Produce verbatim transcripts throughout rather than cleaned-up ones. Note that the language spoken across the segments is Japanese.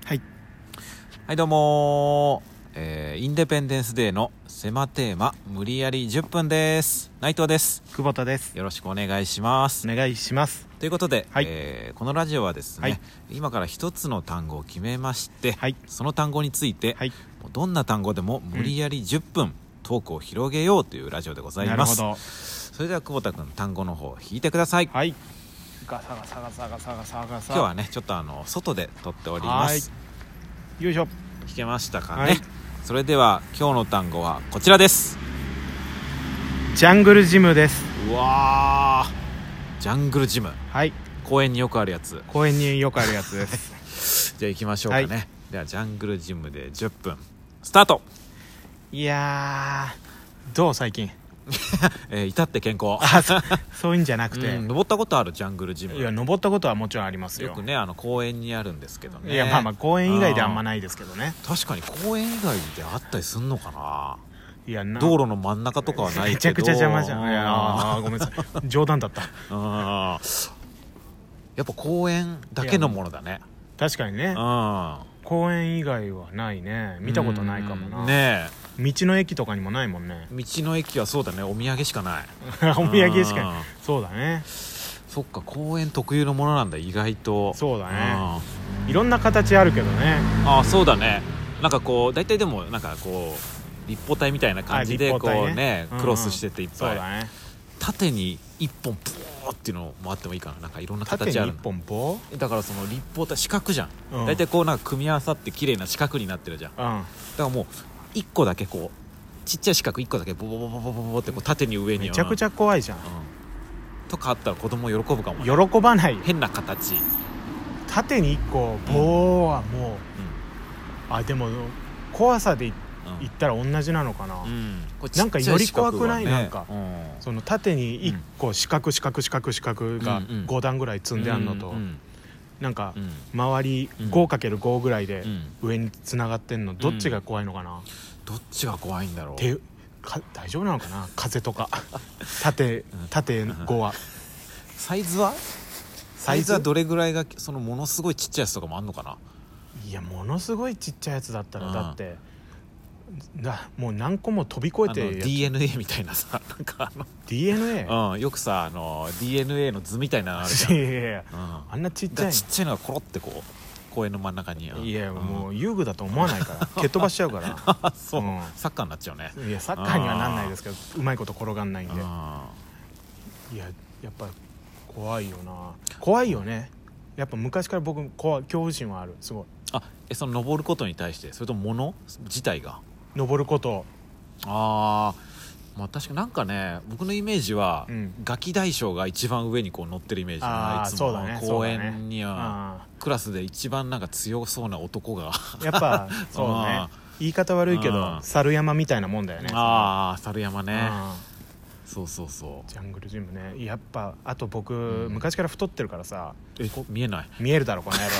はいはいどうもー、えー、インデペンデンスデーの狭テーマ無理やりじゅっぷんです。内藤です。 久保田です。 よろしくお願いします。 お願いします。 ということで、 はいえー、このラジオはですね、はい、今から一つの単語を決めまして、はい、その単語について、はい、もうどんな単語でも無理やりじゅっぷん、うん、トークを広げようというラジオでございます。なるほど。それでは久保田君、単語の方引いてください。 はい。ガサガサガサガサガサガサ。 今日はねちょっとあの外で撮っております。 よいしょ。 聞けましたかね、 はい、 それでは今日の単語はこちらです。 ジャングルジムです。 うわー、ジャングルジム。はい、公園によくあるやつ。 公園によくあるやつですじゃあ行きましょうかね、はい、ではジャングルジムでじゅっぷんスタート。 いやーどう最近えー、至って健康。 あ そ, そういうんじゃなくて、 うん、登ったことあるジャングルジム。 いや登ったことはもちろんありますよ。 よくねあの公園にあるんですけどね。 いやまあまあ公園以外であんまないですけどね。 確かに公園以外であったりすんのかな。 いやな、 道路の真ん中とかはないけどめちゃくちゃ邪魔じゃん。いやあごめんなさい冗談だったあやっぱ公園だけのものだね。 確かにね、公園以外はないね。見たことないかもな。ねえ、道の駅とかにもないもんね。 道の駅はそうだね、お土産しかないお土産しかない。そうだね。 そっか、公園特有のものなんだ意外と。 そうだね、いろんな形あるけどね。 ああそうだね。なんかこう大体でもなんかこう立方体みたいな感じでこう ね, ねクロスしてていっぱい、うんうん、そうだね。縦に一本ポーっていうのもあってもいいかな。なんかいろんな形ある。 縦に一本ポーだからその立方体四角じゃん、うん、大体こうなんか組み合わさって綺麗な四角になってるじゃん、うん、だからもう一個だけこうちっちゃい四角一個だけボボボボボボボってこう縦に上にめちゃくちゃ怖いじゃん、うん、 とかあったら子供喜ぶかも、ね、 喜ばない。 変な形。縦に一個ボーはもう、うん、あでも怖さで言ったら同じなのかな、うん、なんかより怖くない、ね、なんか、うん、その縦に一個四角四角四角四角がご段ぐらい積んであるのと、うんうん、なんか周り ごかけるご ぐらいで上につながってんの、どっちが怖いのかな。 どっちが怖いんだろう。 てか大丈夫なのかな風とか縦縦ごはサイズはサイズはどれぐらいがそのものすごいちっちゃいやつとかもあんのかな。 いやものすごいちっちゃいやつだったら、うん、だってだもう何個も飛び越えてディーエヌエー みたいなさ、なんかあのディーエヌエー、 うん、よくさあの ディーエヌエー の図みたいなのあるじゃん。いやいやいや、うん、 あんなちっちゃいちっちゃいのがコロってこう公園の真ん中に。 いや、うん、もう遊具だと思わないから蹴っ飛ばしちゃうからそう、うん、サッカーになっちゃうね。 いやサッカーにはなんないですけどうまいこと転がんないんで。いややっぱ怖いよな。怖いよね。やっぱ昔から僕怖恐怖心はある。すごい。 あえその登ることに対して、それとも物自体が登ること。 あー、まあ確かなんかね、僕のイメージは、うん、ガキ大将が一番上にこう乗ってるイメージがいつも、ね、公園には、ね、クラスで一番なんか強そうな男がやっぱそうね言い方悪いけど猿山みたいなもんだよね。 ああ猿山ね。そうそうそう、 ジャングルジムね。やっぱあと僕、うん、昔から太ってるからさ。 え見えない。 見えるだろこの野郎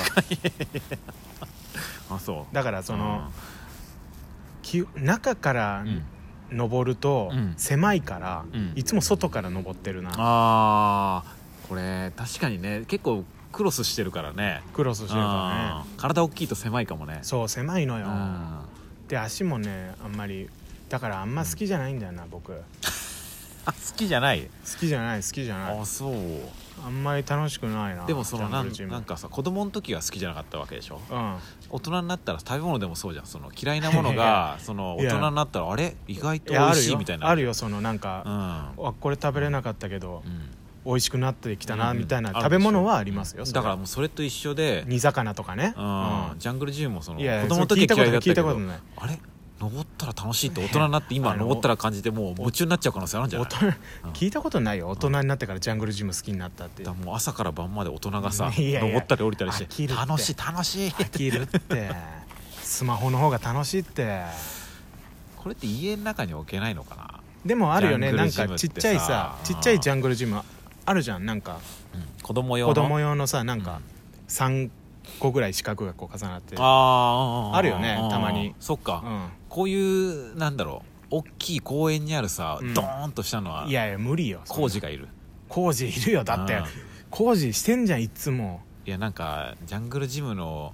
あそうだからその、うん、中から登ると狭いから、うん、いつも外から登ってるな。 あーこれ確かにね、結構クロスしてるからね。 クロスしてるからね。 体大きいと狭いかもね。 そう狭いのよ。で足もねあんまりだからあんま好きじゃないんだよな、うん、僕あ好きじゃない。 好きじゃない好きじゃない。 あそうあんまり楽しくないな。 でもその な, んなんかさ子供の時は好きじゃなかったわけでしょ、うん、大人になったら食べ物でもそうじゃん。その嫌いなものがその大人になったらあれ意外と美味しいみたいな。 あるよそのなんか、うん、これ食べれなかったけど、うん、美味しくなってきたなみたいな食べ物はありますよ、うん、 だからもうそれと一緒で煮魚とかね、 うんうん、ジャングルジムもその子供の時は嫌いだったけどあれ登ったら楽しいって大人になって今登ったら感じてもう夢中になっちゃう可能性あるんじゃない。 うん、聞いたことないよ大人になってからジャングルジム好きになったって。 だもう朝から晩まで大人がさいやいや登ったり降りたりして楽しい楽しい飽きるってスマホの方が楽しいって。 これって家の中に置けないのかな。 でもあるよね、なんかちっちゃいさちっちゃいジャングルジムあるじゃん。なんか、 うん、子供用の子供用のさなんかさんこぐらい四角がこう重なってああるよねたまに。 そっか、うん、こういうなんだろう大きい公園にあるさ、うん、ドーンとしたのは。 いやいや無理よ。 工事がいる。 工事いるよだって工事してんじゃんいつも。 いやなんかジャングルジムの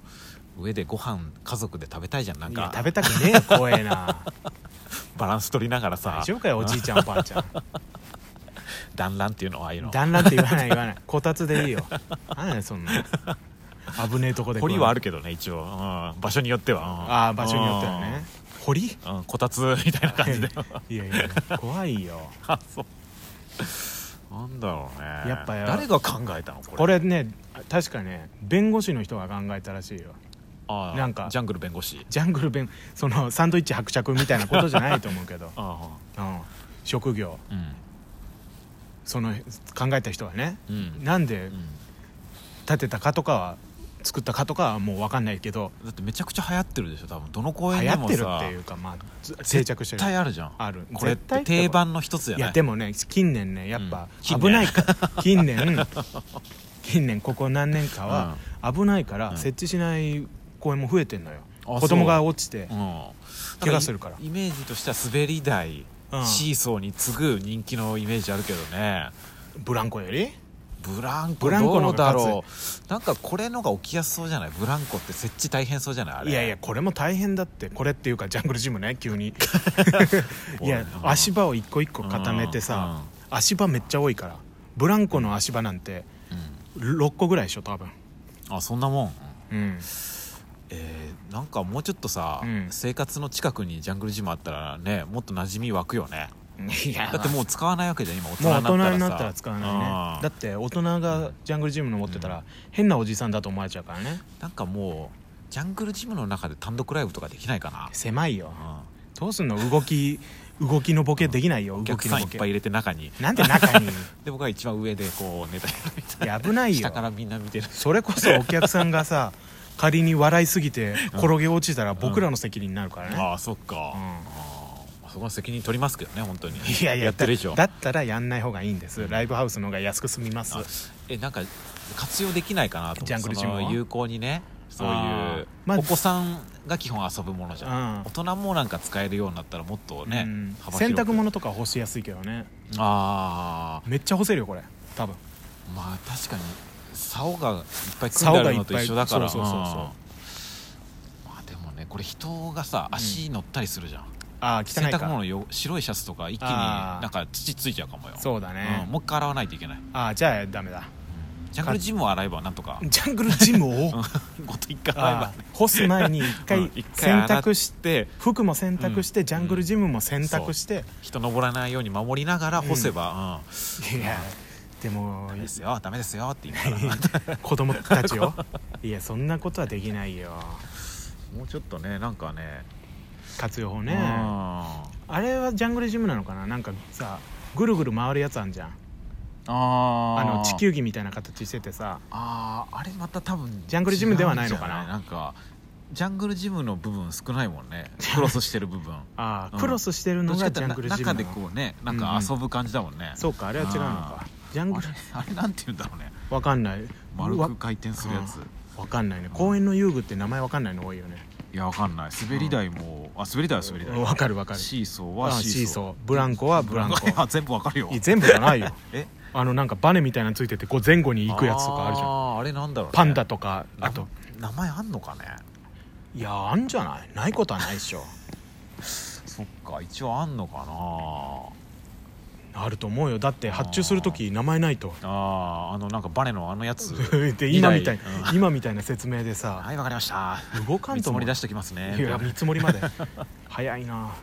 上でご飯家族で食べたいじゃん。なんかいや食べたくねえよ怖えなバランス取りながらさ。 大丈夫かよおじいちゃんおばあちゃん団らんっていうのはああいうの団らんって言わない言わないこたつでいいよ何やねんそんな危ねえとこで堀はあるけどね一応、うん、場所によっては、うん、 ああ場所によってはね堀、 うん、こたつみたいな感じでいやいや怖いよあそうなんだろうね。 やっぱ誰が考えたのこれ。 これね確かね弁護士の人が考えたらしいよ。 あなんかジャングル弁護士ジャングル弁そのサンドイッチ伯爵みたいなことじゃないと思うけどああ、うん、職業、うん、その考えた人がね、うん、なんで建てたかとかは作ったかとかはもう分かんないけど、 だってめちゃくちゃ流行ってるでしょ多分。どの公園でもさ流行ってるっていうか、まあ、定着してる。 絶対あるじゃん。 ある。 これって定番の一つじゃない。 いやでもね近年ねやっぱ危ないから、うん、近年近年ここ何年かは危ないから設置しない公園も増えてんのよ、うん、子供が落ちて、うん、怪我するから。 イメージとしては滑り台、うん、シーソーに次ぐ人気のイメージあるけどね。 ブランコよりブランコどうだろう。なんかこれのが起きやすそうじゃない。ブランコって設置大変そうじゃないあれ。 いやいやこれも大変だって。これっていうかジャングルジムね急にいや足場を一個一個固めてさ、うん、足場めっちゃ多いから。ブランコの足場なんてろっこぐらいでしょ多分。 あそんなもん。 うん、 えー、なんかもうちょっとさ、うん、生活の近くにジャングルジムあったらねもっと馴染み湧くよね。いやだってもう使わないわけじゃん今。 大人になったらさもう大人になったら使わないね。だって大人がジャングルジムの持ってたら、うん、変なおじさんだと思われちゃうからね。 なんかもうジャングルジムの中で単独ライブとかできないかな。 狭いよ、うん、どうすんの。動き動きのボケできないよ、うん、 お客さんいっぱい入れて中に。 なんで中にで僕は一番上でこうネタやるみたいな。 いや危ないよ下からみんな見てる。 それこそお客さんがさ仮に笑いすぎて転げ落ちたら僕らの責任になるからね、うん、 ああそっか、うんそこの責任取りますけどね本当に。 いやいややってる以上 だ, だったらやんない方がいいんです、うん、ライブハウスの方が安く済みます。 えなんか活用できないかなと。 ジャングルジムを有効にね。そういう、まあ、お子さんが基本遊ぶものじゃん、うん、大人もなんか使えるようになったらもっとね、うん、幅広く。 洗濯物とか干しやすいけどね。 あめっちゃ干せるよこれ多分。 まあ確かに竿がいっぱい組んであるのと一緒だから。そうそうそうそう、うん、まあでもねこれ人がさ足乗ったりするじゃん、うんあ汚いか。 洗濯物よ白いシャツとか一気になんか土ついちゃうかもよ。 そうだね、 うん、もう一回洗わないといけない。 ああじゃあダメだ、 うん、ジャングルジムを洗えばなんとか。 ジャングルジムをごと一回洗えば、ね、 干す前に一回洗濯して、服も洗濯して、うん、ジャングルジムも洗濯して、うん、 人登らないように守りながら干せば、 うんうん、いやでもダメですよダメですよって言いながら子供たちをいやそんなことはできないよ。 もうちょっとねなんかね活用法ね。あれはジャングルジムなのかな。なんかさぐるぐる回るやつあんじゃん。ああの地球儀みたいな形しててさ。 あああれまた多分ジャングルジムではないのかな。 なんかジャングルジムの部分少ないもんね。クロスしてる部分ああ、うん、クロスしてるのがジャングルジムの中でこうねなんか遊ぶ感じだもんね、 うんうん、そうかあれは違うのか。ジャングルあ, れあれなんて言うんだろうね。 わかんない。 丸く回転するやつわかんないね。公園の遊具って名前わかんないの多いよね。 いやわかんない。滑り台も、うん、あ滑り台は滑り台わかるわかる。 シーソーはシーソー、 シーソーブランコはブランコ。 あ全部わかるよ。 いや全部じゃないよえあのなんかバネみたいなのついててこう前後に行くやつとかあるじゃん。 ああれなんだろうね。 パンダとかあと名前あんのかね。 いやあんじゃない。ないことはないでしょそっか一応あんのかな。あると思うよ。だって発注するとき名前ないと。 あああのなんかバネのあのやつで今みたい、うん、今みたいな説明でさはいわかりました動かんと見積もり出しときますね。 いや見積もりまで早いな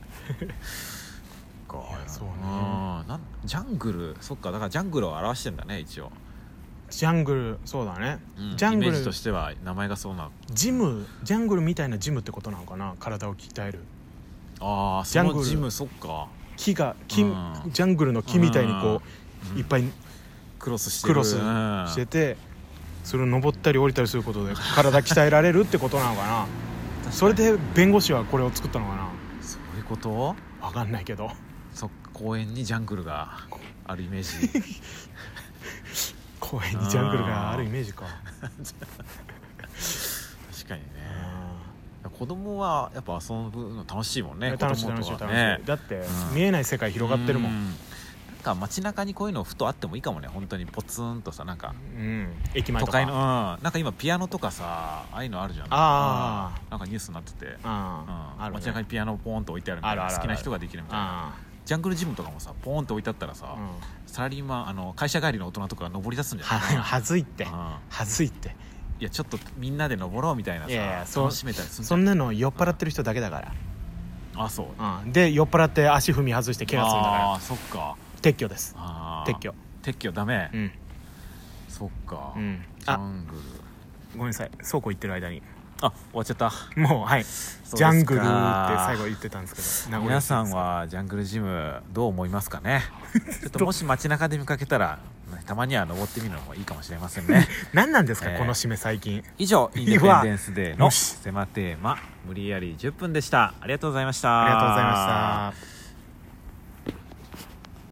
かそうね。なんジャングルそっかだからジャングルを表してんだね一応。 ジャングルそうだね、 うん、ジャングルイメージとしては名前がそうなジムジャングルみたいなジムってことなのかな。体を鍛える。 ああそのジムそっか。 木が木、うん、ジャングルの木みたいにこう、うん、いっぱいクロスしてるクロスしててそれを登ったり降りたりすることで体鍛えられるってことなのかなそれで弁護士はこれを作ったのかな。 そういうことわかんないけど。 そっか公園にジャングルがあるイメージ公園にジャングルがあるイメージか確かにね。子供はやっぱ遊ぶの楽しいもんね。 楽しい楽しい楽しい。だって、うん、見えない世界広がってるもん。 なんか街中にこういうのふとあってもいいかもね。本当にポツンとさ、なんか、 うん、駅前とか都会の、うん、なんか今ピアノとかさ、ああいうのあるじゃん。 あ、 うん、なんかニュースになってて、 あ、うん、あるね、 街中にピアノポーンと置いてあるみたいな、好きな人ができるみたいな。ジャングルジムとかもさ、ポーンと置いてあったらさ、うん、サラリーマン、あの会社帰りの大人とか登り出すんじゃないかな。 はずいって、うん、はずいって。 いやちょっとみんなで登ろうみたいなさ、いやいや、楽しめたりするんじゃん。 そんなの酔っ払ってる人だけだから。 うん、あ、そう、 うん、で酔っ払って足踏み外して怪我するんだから。 あ、そっか、 撤去です。撤去撤去ダメ、 うん、 そっか、 うん、 ジャングル、 ごめんなさい、倉庫行ってる間にあ、終わっちゃった。 もう、はい、ジャングルって最後言ってたんですけど、 皆さんはジャングルジムどう思いますかね。ちょっともし街中で見かけたらたまには登ってみるのもいいかもしれませんね。 何なんですか、えー、この締め最近。 以上、インディペンデンスデーの狭テーマ無理やりじゅっぷんでした。ありがとうございました。 ありがとうございました。